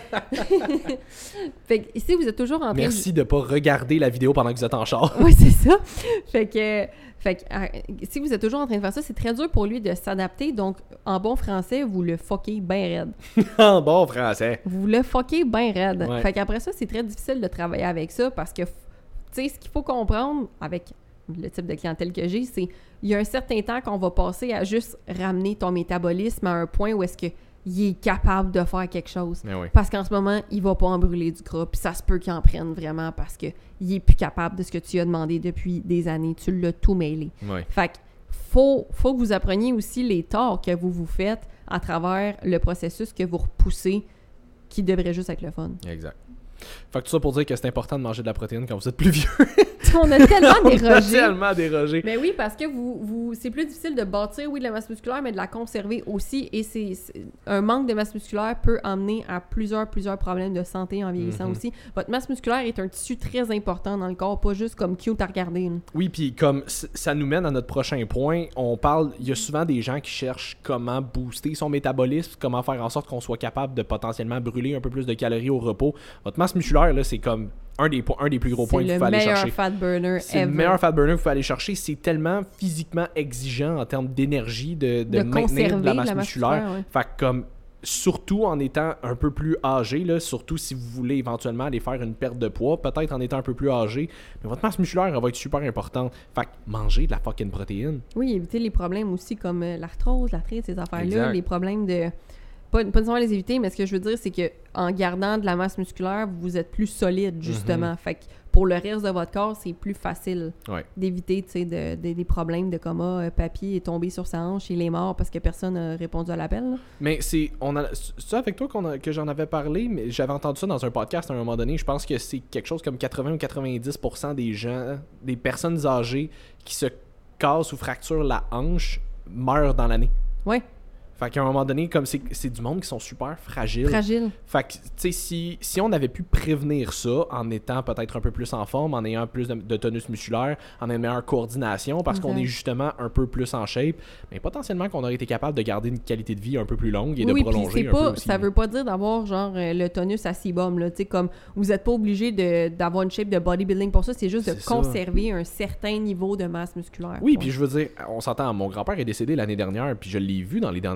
Fait que si vous êtes toujours en train Merci de... de pas regarder la vidéo pendant que vous êtes en char. Oui, c'est ça. Fait que, fait que euh, si vous êtes toujours en train de faire ça, c'est très dur pour lui de s'adapter. Donc, en bon français, vous le fuckez bien raide. En bon français. Vous le fuckez bien raide. Ouais. Fait qu'après ça, c'est très difficile de travailler avec ça parce que, tu sais, ce qu'il faut comprendre avec le type de clientèle que j'ai, c'est il y a un certain temps qu'on va passer à juste ramener ton métabolisme à un point où est-ce que il est capable de faire quelque chose. Oui. Parce qu'en ce moment, il va pas en brûler du gras, puis ça se peut qu'il en prenne vraiment parce que il est plus capable de ce que tu as demandé depuis des années. Tu l'as tout mêlé. Oui. Fait que faut, faut que vous appreniez aussi les torts que vous vous faites à travers le processus que vous repoussez qui devrait juste être le fun. Exact. Fait que tout ça pour dire que c'est important de manger de la protéine quand vous êtes plus vieux. On a tellement dérogé. On a tellement dérogé. Mais oui, parce que vous, vous, c'est plus difficile de bâtir, oui, de la masse musculaire, mais de la conserver aussi. Et c'est, c'est un manque de masse musculaire peut amener à plusieurs, plusieurs problèmes de santé en vieillissant mm-hmm. aussi. Votre masse musculaire est un tissu très important dans le corps, pas juste comme cute à regarder. Là. Oui, puis comme ça nous mène à notre prochain point, on parle, il y a souvent des gens qui cherchent comment booster son métabolisme, comment faire en sorte qu'on soit capable de potentiellement brûler un peu plus de calories au repos. Votre masse musculaire, là, c'est comme un des, un des plus gros points qu'il faut aller chercher. C'est le meilleur fat burner C'est ever. le meilleur fat burner qu'il faut aller chercher. C'est tellement physiquement exigeant en termes d'énergie de, de, de maintenir de la masse, la masse musculaire. musculaire ouais. Fait que comme, surtout en étant un peu plus âgé, là, surtout si vous voulez éventuellement aller faire une perte de poids, peut-être en étant un peu plus âgé, mais votre masse musculaire elle va être super importante. Fait que mangez de la fucking protéine. Oui, éviter les problèmes aussi comme euh, l'arthrose, l'arthrite, ces affaires-là, exact. Les problèmes de... Pas, pas nécessairement les éviter, mais ce que je veux dire, c'est que en gardant de la masse musculaire, vous êtes plus solide, justement. Mm-hmm. Fait que pour le reste de votre corps, c'est plus facile ouais. d'éviter, tu sais, de, de, des problèmes de coma. Euh, papy est tombé sur sa hanche, il est mort parce que personne n'a répondu à l'appel. Là. Mais c'est... on a, c'est ça avec toi qu'on a, que j'en avais parlé, mais j'avais entendu ça dans un podcast à un moment donné. Je pense que c'est quelque chose comme quatre-vingts ou quatre-vingt-dix pour cent des gens, des personnes âgées qui se cassent ou fracturent la hanche meurent dans l'année. Oui. Fait qu'à un moment donné, comme c'est, c'est du monde qui sont super fragiles. Fragile. Fait que, tu sais, si, si on avait pu prévenir ça en étant peut-être un peu plus en forme, en ayant plus de, de tonus musculaire, en ayant une meilleure coordination, parce okay. qu'on est justement un peu plus en shape, mais potentiellement qu'on aurait été capable de garder une qualité de vie un peu plus longue et oui, de prolonger c'est un pas, peu aussi. Ça veut pas dire d'avoir genre euh, le tonus à six bombes, là. Tu sais, comme vous êtes pas obligé de, d'avoir une shape de bodybuilding pour ça, c'est juste c'est de ça. Conserver un certain niveau de masse musculaire. Oui, puis je veux dire, on s'entend, mon grand-père est décédé l'année dernière, puis je l'ai vu dans les dernières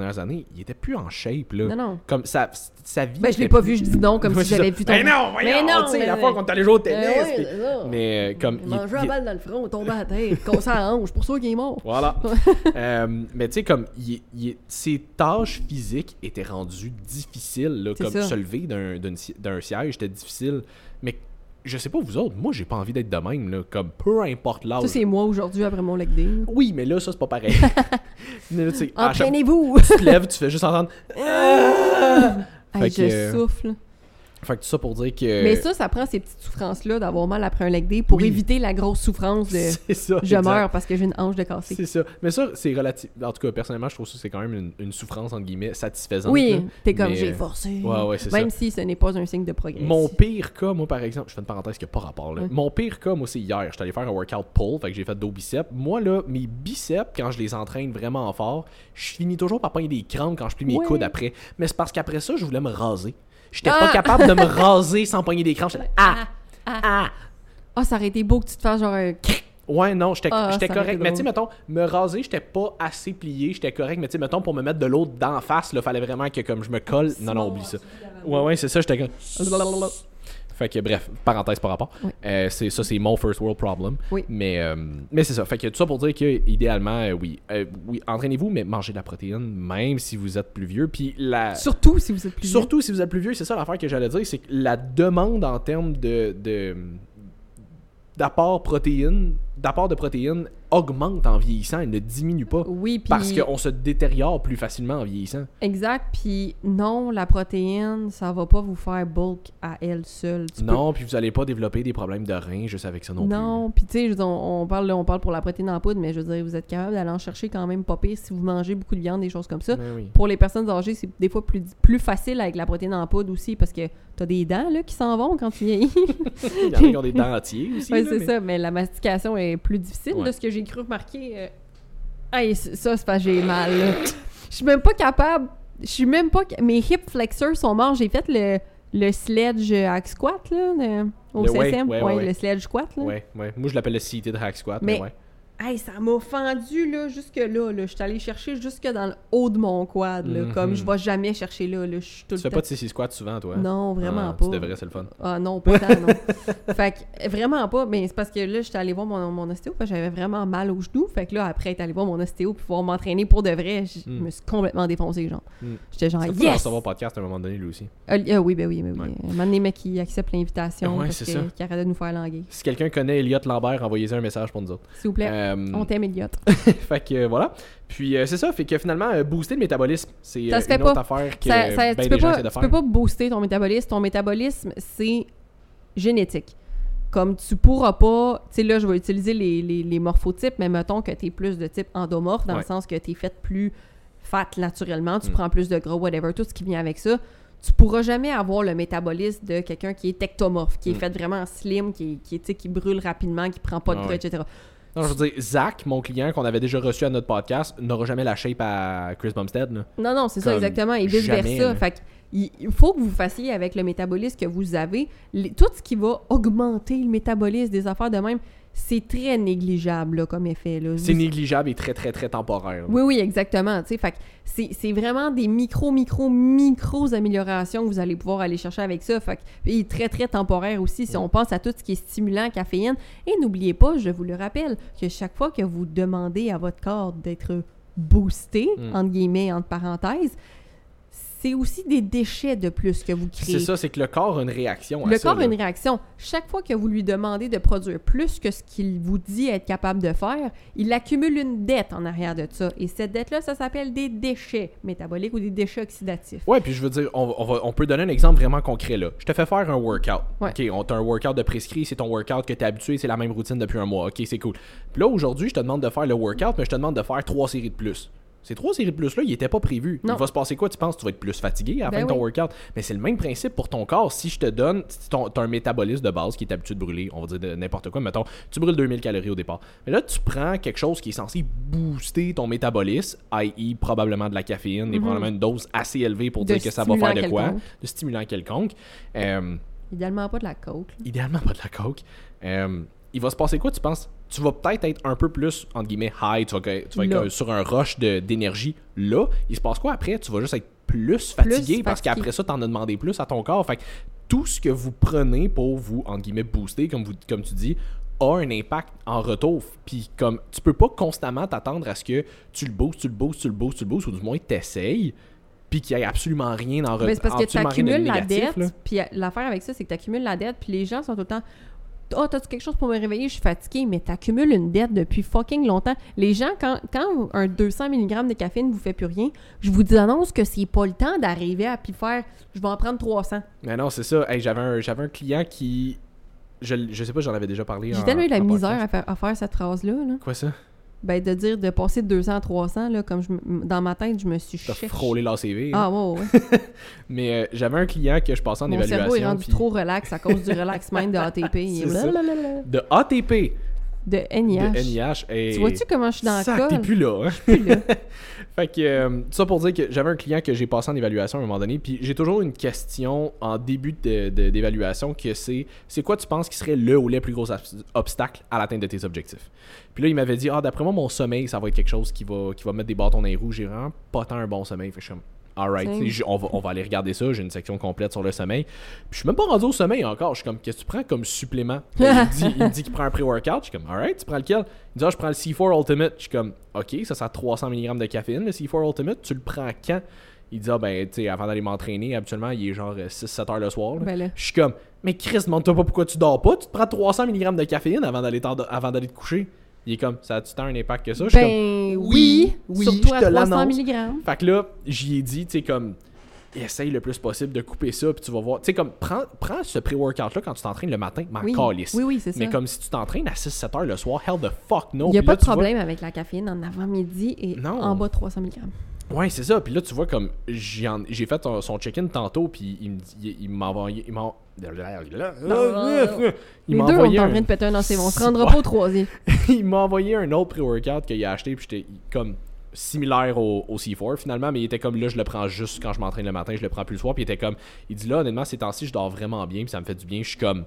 dernières années, il était plus en shape, là. Non, non. Comme sa, sa vie... Ben, je l'ai pas vu, je dis non, comme ouais, si j'avais ça. vu ton... Mais non, voyons, mais non, tu sais, mais... la fois qu'on est allé jouer au tennis. Euh, ouais, puis... c'est ça. Mais euh, comme... Il mangeait la balle dans le front, tombé à la tête, cassé la hanche, pour ça qu'il est mort. Voilà. euh, mais tu sais, comme, il, il, ses tâches physiques étaient rendues difficiles, là, comme ça. se lever d'un, d'un, d'un siège, c'était difficile. Mais je sais pas vous autres, moi j'ai pas envie d'être de même, là, comme peu importe l'âge. Ça, c'est moi aujourd'hui après mon leg day. Là. Oui, mais là, ça, c'est pas pareil. Là, entraînez-vous! Tu te lèves, tu fais juste entendre... Hey, je que, souffle. Fait que tout ça pour dire que... Mais ça, ça prend ces petites souffrances-là d'avoir mal après un leg day pour oui. éviter la grosse souffrance de c'est ça, je exact. meurs parce que j'ai une hanche de cassée. C'est ça. Mais ça, c'est relatif. En tout cas, personnellement, je trouve ça c'est quand même une, une souffrance, entre guillemets, satisfaisante. Oui, là. t'es comme Mais, j'ai forcé. Ouais, ouais, c'est Même ça. si ce n'est pas un signe de progrès. Mon pire cas, moi, par exemple, je fais une parenthèse qui n'a pas rapport, là. Ouais. Mon pire cas, moi, c'est hier. J'étais allé faire un workout pull, fait que j'ai fait dos biceps. Moi, là, mes biceps, quand je les entraîne vraiment fort, je finis toujours par pogner des crampes quand je plie mes Ouais. coudes après. Mais c'est parce qu'après ça, je voulais me raser. J'étais Ah! pas capable de me raser sans pogner des crampes. J'étais là, ah! Ah! Ah! Ah, ça aurait été beau que tu te fasses genre un... Ouais, non, j'étais Ah, j'étais ça aurait correct. été Mais tu sais, drôle. mettons, me raser, j'étais pas assez plié, j'étais correct. Mais tu sais, mettons, pour me mettre de l'eau d'en face, là, fallait vraiment que comme je me colle. Non, non, oublie ça. Ouais, ouais, c'est ça, j'étais comme. Fait que bref, parenthèse par rapport. Oui. Euh, c'est, ça, c'est mon first world problem. Oui. Mais, euh, mais c'est ça. Fait que tout ça pour dire que, idéalement, euh, oui, euh, oui, entraînez-vous, mais mangez de la protéine, même si vous êtes plus vieux. Puis la. Surtout si vous êtes plus vieux. Surtout si vous êtes plus vieux, c'est ça l'affaire que j'allais dire, c'est que la demande en termes de, de d'apport protéines, d'apport de protéines augmente en vieillissant, elle ne diminue pas. Oui, puis... Parce qu'on se détériore plus facilement en vieillissant. Exact, puis non, la protéine, ça va pas vous faire bulk à elle seule. Tu non, puis vous allez pas développer des problèmes de reins juste avec ça non, peux... plus. Non, puis tu sais, je veux dire, on, on parle, là, on parle pour la protéine en poudre, mais je veux dire, vous êtes capable d'aller en chercher quand même pas pire si vous mangez beaucoup de viande, des choses comme ça. Ben oui. Pour les personnes âgées, c'est des fois plus, plus facile avec la protéine en poudre aussi parce que t'as des dents là, qui s'en vont quand tu vieillis. Il y en a qui ont des dentiers aussi. Oui, là, c'est mais... ça, mais la mastication est plus difficile, Ouais. de ce que j'ai cru remarquer. Euh... Hey, c- ça, c'est parce que j'ai mal, là. Je suis même pas capable... Je suis même pas... ca- Mes hip flexors sont morts. J'ai fait le, le sledge hack squat, là, le- au Le- C S M. ouais, ouais, ouais. le sledge squat, là. Ouais, ouais. Moi, je l'appelle le seated hack squat, mais, Mais- ouais. Hey, ça m'a fendu, là, jusque-là, là. Je suis allée chercher jusque dans le haut de mon quad, là. Mhm. Comme je vais jamais chercher là, là. Je suis tout Tu le fais temps... pas de C C squat souvent, toi? Non, vraiment Ah, pas. Tu devrais, c'est le fun. Ah non, pas tant, non. Fait que vraiment pas, mais c'est parce que là, j'étais allée voir mon, mon ostéo, parce que j'avais vraiment mal au genou. Fait que là, après être allée voir mon ostéo pour pouvoir m'entraîner pour de vrai, je Mm. me suis complètement défoncé, genre. Mm. J'étais genre, C'est fou d'en yes! recevoir podcast à un moment donné, lui aussi. Ah, ah oui, ben oui, ben oui. Ouais. Un moment donné, mec, qui accepte l'invitation Ouais, parce c'est que- ça. qu'il arrête de nous faire languer. Si quelqu'un connaît Elliot Lambert, envoyez-y un message pour nous autres. S'il vous plaît, Euh, on t'aime, Elliot. fait que euh, voilà. Puis euh, c'est ça, fait que finalement, euh, booster le métabolisme, c'est Ça euh, se fait une autre pas. affaire que Ça- ça- ben tu des peux gens pas, essaient de tu faire. peux pas booster ton métabolisme. Ton métabolisme, c'est génétique. Comme tu pourras pas... Tu sais, là, je vais utiliser les, les, les morphotypes, mais mettons que tu es plus de type endomorphe, dans Ouais. le sens que tu es fait plus fat naturellement, tu Mm. prends plus de gras, whatever, tout ce qui vient avec ça. Tu pourras jamais avoir le métabolisme de quelqu'un qui est ectomorphe, qui est Mm. fait fait vraiment slim, qui, est- qui, est, tu sais, qui brûle rapidement, qui prend pas de Ah gras, ouais. et cetera. Non, je veux dire, Zach, mon client qu'on avait déjà reçu à notre podcast, n'aura jamais la shape à Chris Bumstead. Là. Non, non, c'est ça, Comme exactement. Et jamais, vice-versa. là. Fait que, il il faut que vous fassiez avec le métabolisme que vous avez. Les- tout ce qui va augmenter le métabolisme des affaires de même, c'est très négligeable là, comme effet. Là. C'est Vous- négligeable et très, très, très temporaire. là. Oui, oui, exactement. tu sais. Fait que c'est, c'est vraiment des micro, micro, micros améliorations que vous allez pouvoir aller chercher avec ça. Fait que, puis très, très temporaire aussi si on pense à tout ce qui est stimulant, caféine. Et n'oubliez pas, je vous le rappelle, que chaque fois que vous demandez à votre corps d'être boosté, Mm. entre guillemets, entre parenthèses, c'est aussi des déchets de plus que vous créez. C'est ça, c'est que le corps a une réaction à Le ça. corps a là. une réaction. Chaque fois que vous lui demandez de produire plus que ce qu'il vous dit être capable de faire, il accumule une dette en arrière de ça. Et cette dette-là, ça s'appelle des déchets métaboliques ou des déchets oxydatifs. Ouais, puis je veux dire, on, on, va, on peut donner un exemple vraiment concret là. Je te fais faire un workout. Ouais. OK, on t'a un workout de prescrit, c'est ton workout que t'es habitué, c'est la même routine depuis un mois. OK, c'est cool. Puis là, aujourd'hui, je te demande de faire le workout, mais je te demande de faire trois séries de plus. Ces trois séries de plus-là, ils étaient pas prévus. Non. Il va se passer quoi, tu penses? Tu vas être plus fatigué à la Ben fin de ton oui. workout. Mais c'est le même principe pour ton corps. Si je te donne, si ton- t'as un métabolisme de base qui est habitué de brûler, on va dire de n'importe quoi, mettons, tu brûles deux mille calories au départ. Mais là, tu prends quelque chose qui est censé booster ton métabolisme, that is probablement de la caféine, et Mhm. probablement une dose assez élevée pour De dire que ça va faire de stimulant quoi, quelconque. de stimulant quelconque. Euh, Idéalement pas de la coke. là. idéalement pas de la coke. Euh, il va se passer quoi, tu penses? tu vas peut-être être un peu plus, entre guillemets, high, tu vas, tu vas être là. Sur un rush de, d'énergie. Là, il se passe quoi après? Tu vas juste être plus fatigué plus parce fatigué. Qu'après ça, t'en as demandé plus à ton corps. Fait que tout ce que vous prenez pour vous, entre guillemets, booster, comme, vous, comme tu dis, a un impact en retour. Puis comme, tu peux pas constamment t'attendre à ce que tu le boostes, tu le boostes, tu le boostes, tu le boostes, ou du moins t'essayes, puis qu'il y ait absolument rien en retour. C'est parce que tu accumules la dette, puis l'affaire avec ça, c'est que tu accumules la dette, puis les gens sont tout le temps... « Ah, oh, t'as-tu quelque chose pour me réveiller? Je suis fatiguée. » Mais t'accumules une dette depuis fucking longtemps. Les gens, quand, quand un deux cents milligrammes de caféine vous fait plus rien, je vous annonce que c'est pas le temps d'arriver à puis faire « Je vais en prendre trois cents. » Mais non, c'est ça. Hey, j'avais, un, j'avais un client qui... Je, je sais pas, j'en avais déjà parlé. J'ai tellement eu la misère à faire, à faire cette phrase-là. Là. Quoi ça? Ben, de dire de passer de deux cents à trois cents, là, comme je, dans ma tête, je me suis cherché. T'as frôlé l'A C V. Hein? Ah, ouais, ouais. Mais euh, j'avais un client que je passais en Mon évaluation. Mon cerveau est rendu puis... trop relax à cause du relax mind de A T P. C'est ça. De A T P. De N I H. De N I H. Et... Tu vois-tu comment je suis dans le col? T'es plus là. Hein? Je suis plus là. Fait que, euh, ça pour dire que j'avais un client que j'ai passé en évaluation à un moment donné, puis j'ai toujours une question en début de, de, d'évaluation que c'est c'est quoi tu penses qui serait le ou les plus gros obstacles à l'atteinte de tes objectifs? Puis là, il m'avait dit, ah, d'après moi, mon sommeil, ça va être quelque chose qui va, qui va mettre des bâtons dans les roues. J'ai vraiment pas tant un bon sommeil. Fait que je suis comme, alright, on va, on va aller regarder ça. J'ai une section complète sur le sommeil. Puis je suis même pas rendu au sommeil encore. Je suis comme, qu'est-ce que tu prends comme supplément? Là, il, me dit, il me dit qu'il prend un pré-workout. Je suis comme, alright, tu prends lequel? Il dit, ah, je prends le C quatre Ultimate. Je suis comme, ok, ça, ça a trois cents milligrammes de caféine, le C quatre Ultimate. Tu le prends quand? Il dit, ah, ben, tu sais, avant d'aller m'entraîner, habituellement, il est genre six sept heures le soir. Là. Ben je suis comme, mais Chris, demande-toi pas pourquoi tu dors pas. Tu te prends trois cents milligrammes de caféine avant d'aller, avant d'aller te coucher. Il est comme, ça a-tu tant un impact que ça? Je ben suis comme, oui, oui, surtout à trois cents milligrammes. Fait que là, j'y ai dit, tu sais, comme, essaye le plus possible de couper ça, puis tu vas voir. Tu sais, comme, prends, prends ce pré-workout-là quand tu t'entraînes le matin, m'en oui. calisse. Oui, oui, c'est ça. Mais comme si tu t'entraînes à six sept heures le soir, hell the fuck no. Il n'y a puis pas là, de problème vois... avec la caféine en avant-midi et non. en bas de trois cents milligrammes. Ouais, c'est ça. Puis là, tu vois, comme, j'ai, en... j'ai fait son, son check-in tantôt, puis il, il, il m'a envoyé. Il m'a... Il Les m'a deux, envoyé on est en train de péter un lancé. On se rendra pas au troisième. Il m'a envoyé un autre pré-workout qu'il a acheté, puis j'étais comme similaire au, au C quatre finalement, mais il était comme là, je le prends juste quand je m'entraîne le matin, je le prends plus le soir, puis il était comme, il dit là, honnêtement, ces temps-ci, je dors vraiment bien, puis ça me fait du bien. Je suis comme,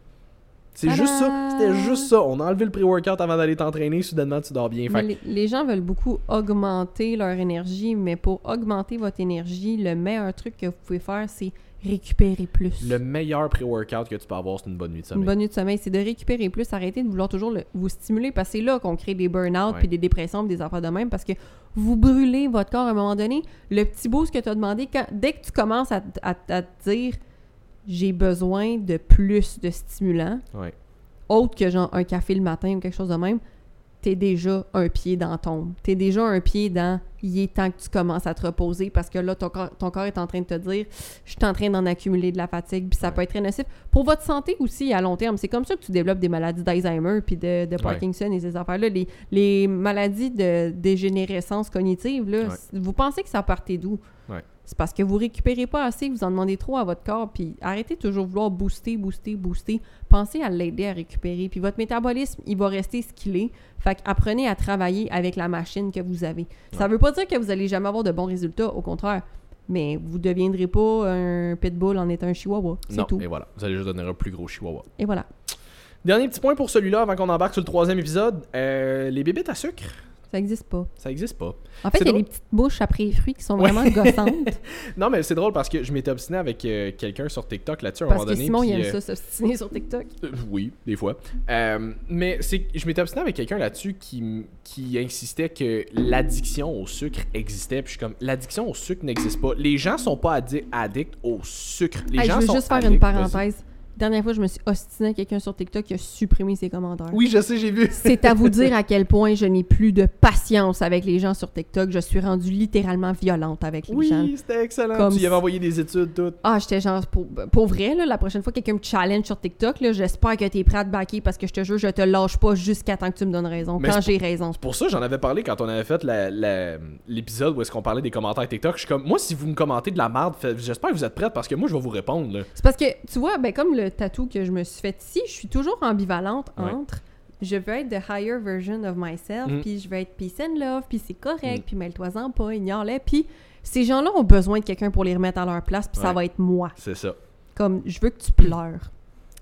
c'est juste ça, c'était juste ça. On a enlevé le pré-workout avant d'aller t'entraîner, soudainement, tu dors bien. Fait... Les, les gens veulent beaucoup augmenter leur énergie, mais pour augmenter votre énergie, le meilleur truc que vous pouvez faire, c'est récupérer plus. Le meilleur pré-workout que tu peux avoir, c'est une bonne nuit de sommeil. Une bonne nuit de sommeil, c'est de récupérer plus, arrêter de vouloir toujours le, vous stimuler, parce que c'est là qu'on crée des burn-out, ouais. Puis des dépressions, puis des affaires de même, parce que vous brûlez votre corps à un moment donné. Le petit boost que tu as demandé, quand, dès que tu commences à, à, à te dire « j'ai besoin de plus de stimulants ouais. », autre que genre un café le matin ou quelque chose de même, t'es déjà un pied dans tombe. T'es déjà un pied dans « il est temps que tu commences à te reposer » parce que là, ton corps, ton corps est en train de te dire « je suis en train d'en accumuler de la fatigue » puis ça ouais. peut être très nocif. Pour votre santé aussi, à long terme, c'est comme ça que tu développes des maladies d'Alzheimer puis de, de Parkinson ouais. et ces affaires-là. Les, les maladies de dégénérescence cognitive, là, ouais. vous pensez que ça partait d'où? Ouais. C'est parce que vous récupérez pas assez, vous en demandez trop à votre corps, puis arrêtez de toujours vouloir booster, booster, booster. Pensez à l'aider à récupérer, puis votre métabolisme, il va rester ce qu'il est. Fait qu'apprenez à travailler avec la machine que vous avez. Ouais. Ça veut pas dire que vous allez jamais avoir de bons résultats, au contraire. Mais vous deviendrez pas un pitbull en étant un chihuahua, c'est non, tout. Et voilà, vous allez juste devenir un plus gros chihuahua. Et voilà. Dernier petit point pour celui-là, avant qu'on embarque sur le troisième épisode. Euh, les bébites à sucre. Ça existe pas. Ça existe pas. En fait, il y a des petites bouches après les fruits qui sont vraiment ouais. gossantes. Non, mais c'est drôle parce que je m'étais obstiné avec euh, quelqu'un sur TikTok là-dessus à un moment donné. Parce que Simon, pis, il aime euh... ça, s'obstiner sur TikTok. Euh, oui, des fois. Euh, mais c'est, je m'étais obstiné avec quelqu'un là-dessus qui, qui insistait que l'addiction au sucre existait. Puis je suis comme, l'addiction au sucre n'existe pas. Les gens sont pas addi- addicts au sucre. Les hey, gens je veux sont juste faire addicts, une parenthèse. Dernière fois, je me suis ostinée avec quelqu'un sur TikTok qui a supprimé ses commentaires. Oui, je sais, j'ai vu. C'est à vous dire à quel point je n'ai plus de patience avec les gens sur TikTok. Je suis rendue littéralement violente avec les oui, gens. Oui, c'était excellent. Comme tu y avais envoyé des études, toutes. Ah, j'étais genre, pour, pour vrai, là, la prochaine fois que quelqu'un me challenge sur TikTok, là, j'espère que t'es prêt à te backer parce que je te jure, je te lâche pas jusqu'à temps que tu me donnes raison, mais quand j'ai pour, raison. C'est pour ça que j'en avais parlé quand on avait fait la, la, l'épisode où est-ce qu'on parlait des commentaires TikTok. Je suis comme, moi, si vous me commentez de la merde, j'espère que vous êtes prête parce que moi, je vais vous répondre. Là. C'est parce que, tu vois, ben comme le tatou que je me suis fait ici, je suis toujours ambivalente ouais. entre je veux être the higher version of myself, mm. puis je veux être peace and love, puis c'est correct, mm. puis mêle-toi-en pas, ignore-les, puis ces gens-là ont besoin de quelqu'un pour les remettre à leur place, puis ouais. ça va être moi. C'est ça. Comme, je veux que tu pleures.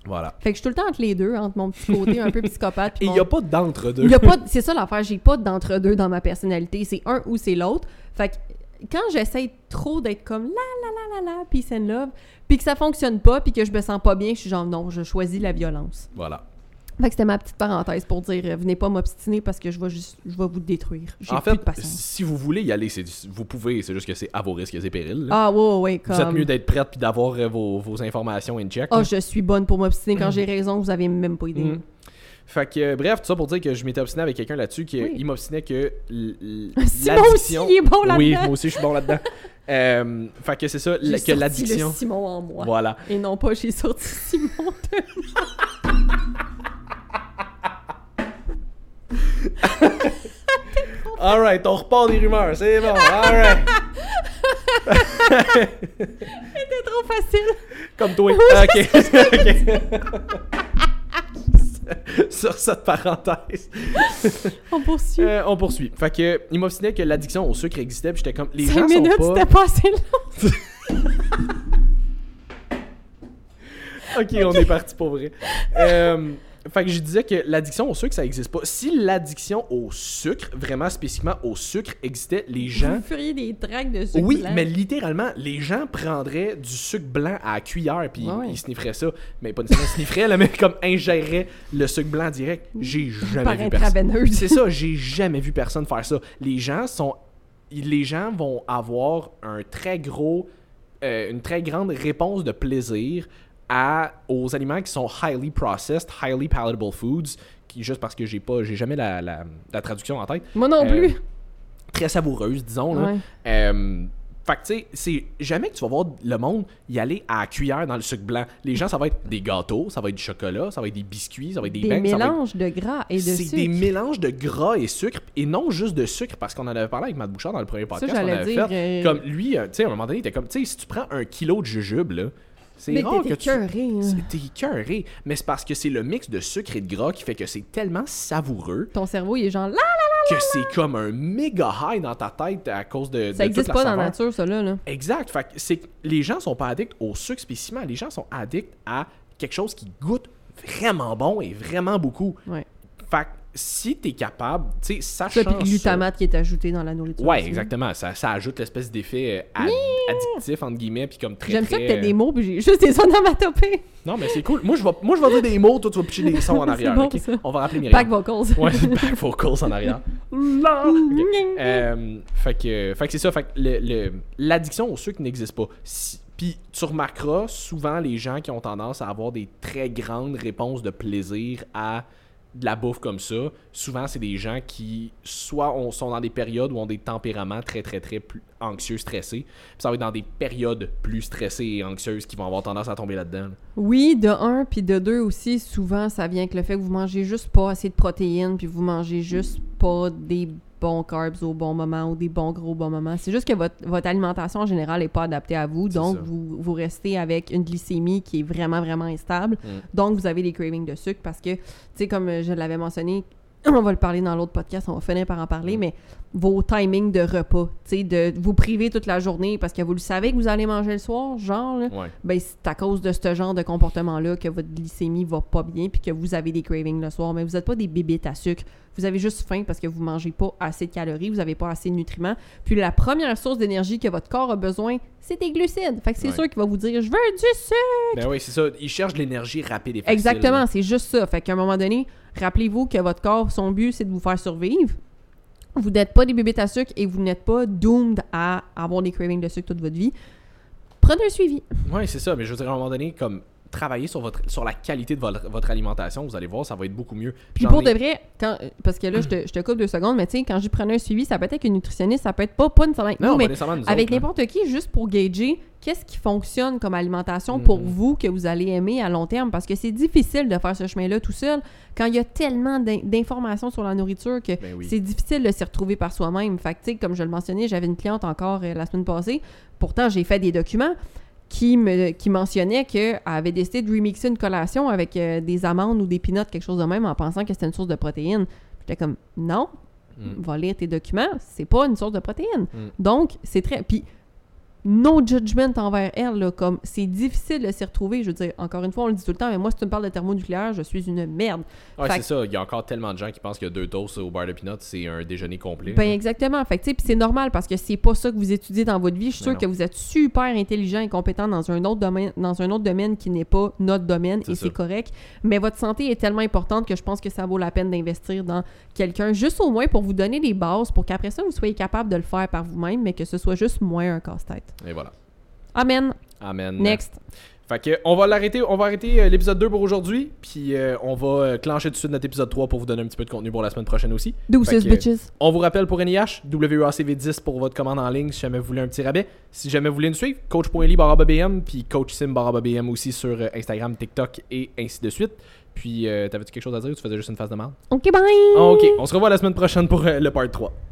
Voilà. Fait que je suis tout le temps entre les deux, entre mon petit côté un peu psychopathe. Et il mon... n'y a pas d'entre-deux. Il y a pas, c'est ça l'affaire, j'ai pas d'entre-deux dans ma personnalité. C'est un ou c'est l'autre. Fait que quand j'essaie trop d'être comme la la la la la, peace and love, puis que ça fonctionne pas, puis que je me sens pas bien, je suis genre non, je choisis la violence. Voilà. Fait que c'était ma petite parenthèse pour dire euh, venez pas m'obstiner parce que je vais juste je vais vous détruire. J'ai En plus fait, de patience. si vous voulez y aller, c'est, vous pouvez, c'est juste que c'est à vos risques et périls. Là. Ah ouais ouais, ouais comme... Vous êtes mieux d'être prête puis d'avoir euh, vos, vos informations in check. Ah, là. je suis bonne pour m'obstiner quand j'ai raison, vous avez même pas idée. Mm. Fait que, euh, bref, tout ça pour dire que je m'étais obstiné avec quelqu'un là-dessus, qui Oui. il m'obstinait que l- l- Simon aussi, l'addiction... il est bon là-dedans. Oui, moi aussi, je suis bon là-dedans. euh, fait que c'est ça, J'ai la- que sorti l'addiction... le Simon en moi. Voilà. Et non pas j'ai sorti Simon de... Alright, on repart des rumeurs, c'est bon, alright. C'était trop facile. Comme toi. Ah, ok. Ok. Sur cette parenthèse. On poursuit. Euh, on poursuit. Fait que, il m'obstinait que l'addiction au sucre existait, puis j'étais comme, les Cinq gens minutes, sont c'était pas... pas assez long. Ok, on est parti pour vrai. Euh, fait que je disais que l'addiction au sucre, ça existe pas. Si l'addiction au sucre, vraiment spécifiquement au sucre, existait, les gens... Vous feriez des tracts de sucre Oui, blanc. mais littéralement, les gens prendraient du sucre blanc à la cuillère, puis Ouais, ouais. ils snifferaient ça. Mais pas nécessairement snifferaient, là, mais comme ingéraient le sucre blanc direct. J'ai jamais Par vu personne. intraveineuse. C'est ça, j'ai jamais vu personne faire ça. Les gens sont... Les gens vont avoir un très gros... euh, une très grande réponse de plaisir à, aux aliments qui sont highly processed, highly palatable foods, qui, juste parce que j'ai pas, j'ai jamais la, la, la traduction en tête. Moi non Euh, plus. Très savoureuse, disons. Là. Ouais. Euh, fait que, tu sais, c'est jamais que tu vas voir le monde y aller à la cuillère dans le sucre blanc. Les gens, ça va être des gâteaux, ça va être du chocolat, ça va être des biscuits, ça va être des, Des beignes, ça va être- mélanges de gras et de c'est sucre. des mélanges de gras et sucre, et non juste de sucre, parce qu'on en avait parlé avec Matt Bouchard dans le premier podcast qu'on j'allais avait dire, fait. euh, Comme lui, euh, tu sais, à un moment donné, il était comme, tu sais, si tu prends un kilo de jujube, là, c'est Mais rare t'es que tu... écœuré, hein. C'est- T'es écœuré, mais c'est parce que c'est le mix de sucre et de gras qui fait que c'est tellement savoureux Ton cerveau, il est genre là. que c'est comme un méga high dans ta tête à cause de, Ça de existe toute pas la dans la saveur. nature, ça, là. là. Exact. Fait que c'est que les gens sont pas addicts au sucre spécifiquement. Les gens sont addicts à quelque chose qui goûte vraiment bon et vraiment beaucoup. Ouais. Fait que si t'es capable, tu sais, Ça, sachant puis le glutamate qui est ajouté dans la nourriture. Ouais, aussi. exactement. Ça, ça ajoute l'espèce d'effet euh, ad- addictif, entre guillemets, puis comme très, J'aime très... ça que t'as euh, des mots, puis j'ai juste des onomatopées. Non, mais c'est cool. Moi, je vais, moi, je vais dire des mots, toi, tu vas pitcher des sons en C'est arrière. bon, ok? ça. On va rappeler Myriam. Back vocals. Ouais, back vocals en arrière. Euh, fait que, fait que c'est ça. Fait que le- le- l'addiction au sucre n'existe pas. Si- Puis tu remarqueras souvent les gens qui ont tendance à avoir des très grandes réponses de plaisir à de la bouffe comme ça. Souvent, c'est des gens qui soit on, sont dans des périodes où ont des tempéraments très, très, très plus anxieux, stressés. Puis ça va être dans des périodes plus stressées et anxieuses qui vont avoir tendance à tomber là-dedans. là. Oui, de un, puis de deux aussi, souvent, ça vient avec le fait que vous mangez juste pas assez de protéines, puis vous mangez juste pas des bons carbs au bon moment ou des bons gros au bon moment. C'est juste que votre, votre alimentation en général n'est pas adaptée à vous, C'est donc ça. vous, vous restez avec une glycémie qui est vraiment, vraiment instable. Mm. Donc, vous avez des cravings de sucre parce que, tu sais, comme je l'avais mentionné, on va le parler dans l'autre podcast, on va finir par en parler, Mm. mais vos timings de repas, tu sais, de vous priver toute la journée parce que vous le savez que vous allez manger le soir, genre, là, Ouais. ben c'est à cause de ce genre de comportement-là que votre glycémie va pas bien puis que vous avez des cravings le soir. Mais vous n'êtes pas des bébites à sucre. Vous avez juste faim parce que vous mangez pas assez de calories, vous avez pas assez de nutriments. Puis la première source d'énergie que votre corps a besoin, c'est des glucides. Fait que c'est Ouais. sûr qu'il va vous dire « Je veux du sucre! Ben oui, c'est ça. Ils cherchent de l'énergie rapide et » facile. Exactement, c'est juste ça. Fait qu'à un moment donné, rappelez-vous que votre corps, son but, c'est de vous faire survivre. Vous n'êtes pas des bébites à sucre et vous n'êtes pas doomed à avoir des cravings de sucre toute votre vie. Prenez un suivi. Oui, c'est ça. Mais je veux dire, à un moment donné, comme travailler sur, votre, sur la qualité de votre, votre alimentation, vous allez voir, ça va être beaucoup mieux. Puis J'en pour ai- de vrai, quand, parce que là, je te, je te coupe deux secondes, mais tu sais, quand j'y prenais un suivi, ça peut être qu'une nutritionniste, ça peut être pas, pas nécessairement avec Non, nous, pas mais nécessairement nous avec autres, là. n'importe qui, juste pour gager qu'est-ce qui fonctionne comme alimentation pour Mhm. vous, que vous allez aimer à long terme, parce que c'est difficile de faire ce chemin-là tout seul, quand il y a tellement d'in- d'informations sur la nourriture que Ben oui. c'est difficile de s'y retrouver par soi-même. Fait que, tu sais, comme je le mentionnais, j'avais une cliente encore euh, la semaine passée, pourtant, j'ai fait des documents qui me qui mentionnait qu'elle avait décidé de remixer une collation avec euh, des amandes ou des peanuts, quelque chose de même, en pensant que c'était une source de protéines. J'étais comme, non, Mm. va lire tes documents, c'est pas une source de protéines. Mm. Donc, c'est très... Puis, no judgment envers elle, là, comme c'est difficile de s'y retrouver. Je veux dire, encore une fois, on le dit tout le temps, mais moi, si tu me parles de thermonucléaire, je suis une merde. Ouais, fait c'est ça. Il y a encore tellement de gens qui pensent que deux toasts au beurre de peanuts, c'est un déjeuner complet. Ben là. exactement. Fait que, tu sais, puis c'est normal parce que c'est pas ça que vous étudiez dans votre vie. Je suis sûre non. que vous êtes super intelligent et compétent dans un autre domaine, dans un autre domaine qui n'est pas notre domaine C'est et ça. c'est correct. Mais votre santé est tellement importante que je pense que ça vaut la peine d'investir dans quelqu'un, juste au moins pour vous donner des bases, pour qu'après ça, vous soyez capable de le faire par vous-même, mais que ce soit juste moins un casse-tête. Et voilà. Amen. Amen. Next. Fait que on va l'arrêter, on va arrêter euh, l'épisode deux pour aujourd'hui, puis euh, on va euh, clencher tout de suite notre épisode trois pour vous donner un petit peu de contenu pour la semaine prochaine aussi. Deuces, Fait que, bitches. On vous rappelle pour N I H, W A C V dix pour votre commande en ligne si jamais vous voulez un petit rabais. Si jamais vous voulez nous suivre, coach.ly barra B M, puis coach sim barra B M aussi sur euh, Instagram, TikTok et ainsi de suite. Puis, euh, t'avais-tu quelque chose à dire ou tu faisais juste une face de marde? OK, bye! Ah, ok, on se revoit la semaine prochaine pour euh, le part trois.